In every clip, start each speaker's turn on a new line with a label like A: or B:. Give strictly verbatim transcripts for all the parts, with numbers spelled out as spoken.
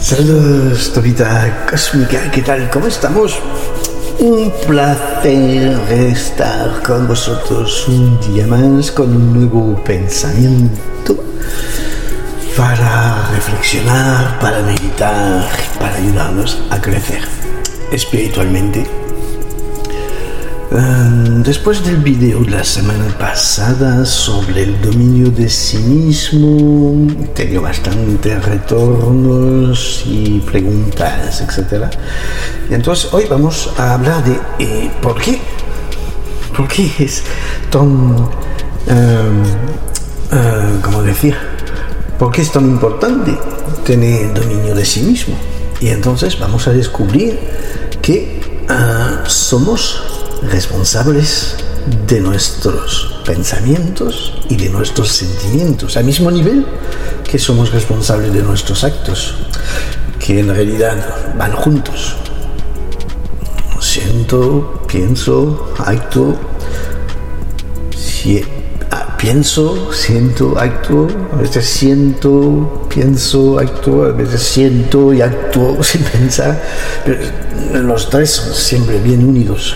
A: Saludos, Topita Cósmica, ¿qué tal? ¿Cómo estamos? Un placer estar con vosotros un día más con un nuevo pensamiento para reflexionar, para meditar, para ayudarnos a crecer espiritualmente. Um, después del video de la semana pasada sobre el dominio de sí mismo, he tenido bastantes retornos y preguntas, etcétera. Y entonces hoy vamos a hablar de eh, ¿por qué? ¿Por qué es tan, um, uh, ¿cómo decir? ¿Por qué es tan importante tener el dominio de sí mismo? Y entonces vamos a descubrir que uh, somos responsables de nuestros pensamientos y de nuestros sentimientos, al mismo nivel que somos responsables de nuestros actos, que en realidad van juntos. Siento, pienso, acto, si, ah, pienso, siento, acto, a veces siento, pienso, acto, a veces siento y actúo sin pensar, pero los tres son siempre bien unidos.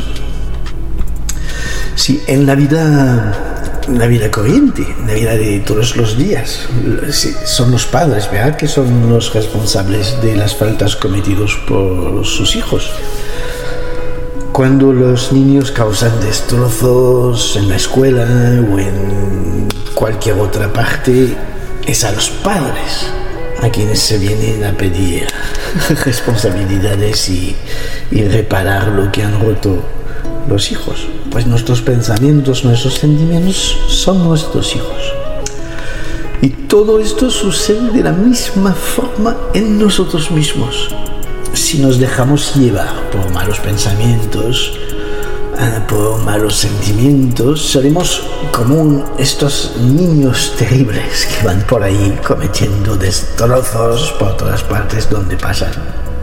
A: Sí, en la vida, en la vida corriente, en la vida de todos los días, sí, son los padres, ¿verdad?, que son los responsables de las faltas cometidas por sus hijos. Cuando los niños causan destrozos en la escuela o en cualquier otra parte, es a los padres a quienes se vienen a pedir responsabilidades y, y reparar lo que han roto los hijos. Pues nuestros pensamientos, nuestros sentimientos son nuestros hijos. Y todo esto sucede de la misma forma en nosotros mismos. Si nos dejamos llevar por malos pensamientos, por malos sentimientos, seremos como estos niños terribles que van por ahí cometiendo destrozos por todas partes donde pasan.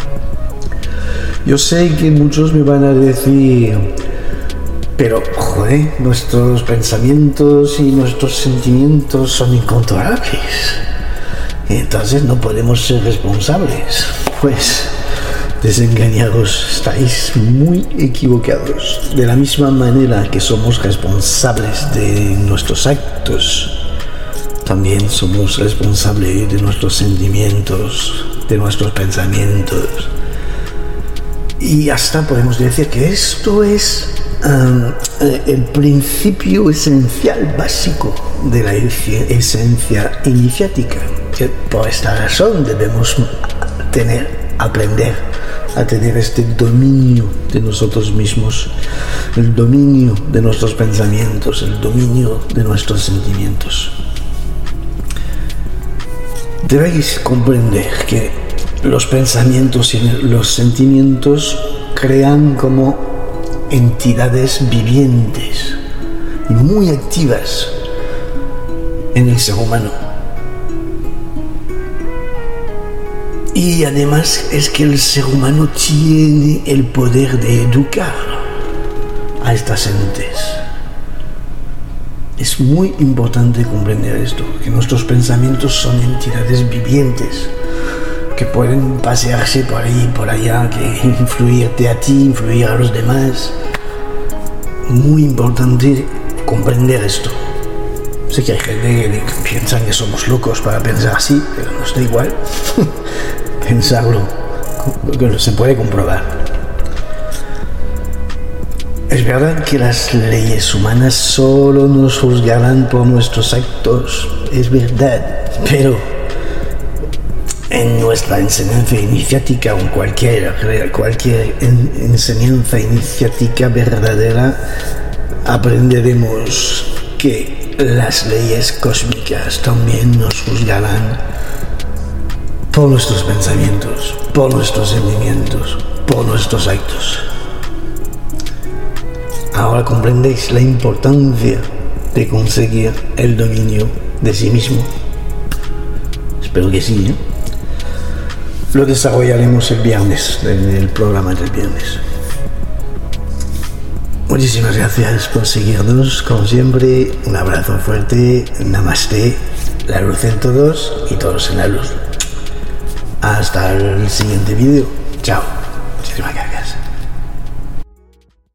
A: Yo sé que muchos me van a decir: pero, joder, nuestros pensamientos y nuestros sentimientos son incontrolables, entonces no podemos ser responsables. Pues desengañados, estáis muy equivocados. De la misma manera que somos responsables de nuestros actos, también somos responsables de nuestros sentimientos, de nuestros pensamientos. Y hasta podemos decir que esto es Um, el principio esencial, básico de la esencia iniciática, que por esta razón debemos tener, aprender a tener este dominio de nosotros mismos, el dominio de nuestros pensamientos, el dominio de nuestros sentimientos. Debéis comprender que los pensamientos y los sentimientos crean como entidades vivientes y muy activas en el ser humano. Y además es que el ser humano tiene el poder de educar a estas entes. Es muy importante comprender esto, que nuestros pensamientos son entidades vivientes que pueden pasearse por ahí, por allá, que influirte a ti, influir a los demás. Muy importante comprender esto. Sé que hay gente que piensa que somos locos para pensar así, pero nos da igual pensarlo, porque se puede comprobar. Es verdad que las leyes humanas solo nos juzgarán por nuestros actos, es verdad, pero en nuestra enseñanza iniciática o en cualquier, cualquier en, enseñanza iniciática verdadera, aprenderemos que las leyes cósmicas también nos juzgarán por nuestros pensamientos, por nuestros sentimientos, por nuestros actos. Ahora comprendéis la importancia de conseguir el dominio de sí mismo. Espero que sí, ¿eh? Lo desarrollaremos el viernes, en el programa del viernes. Muchísimas gracias por seguirnos, como siempre. Un abrazo fuerte. Namaste. La luz en todos y todos en la luz. Hasta el siguiente vídeo. Chao. Muchísimas gracias.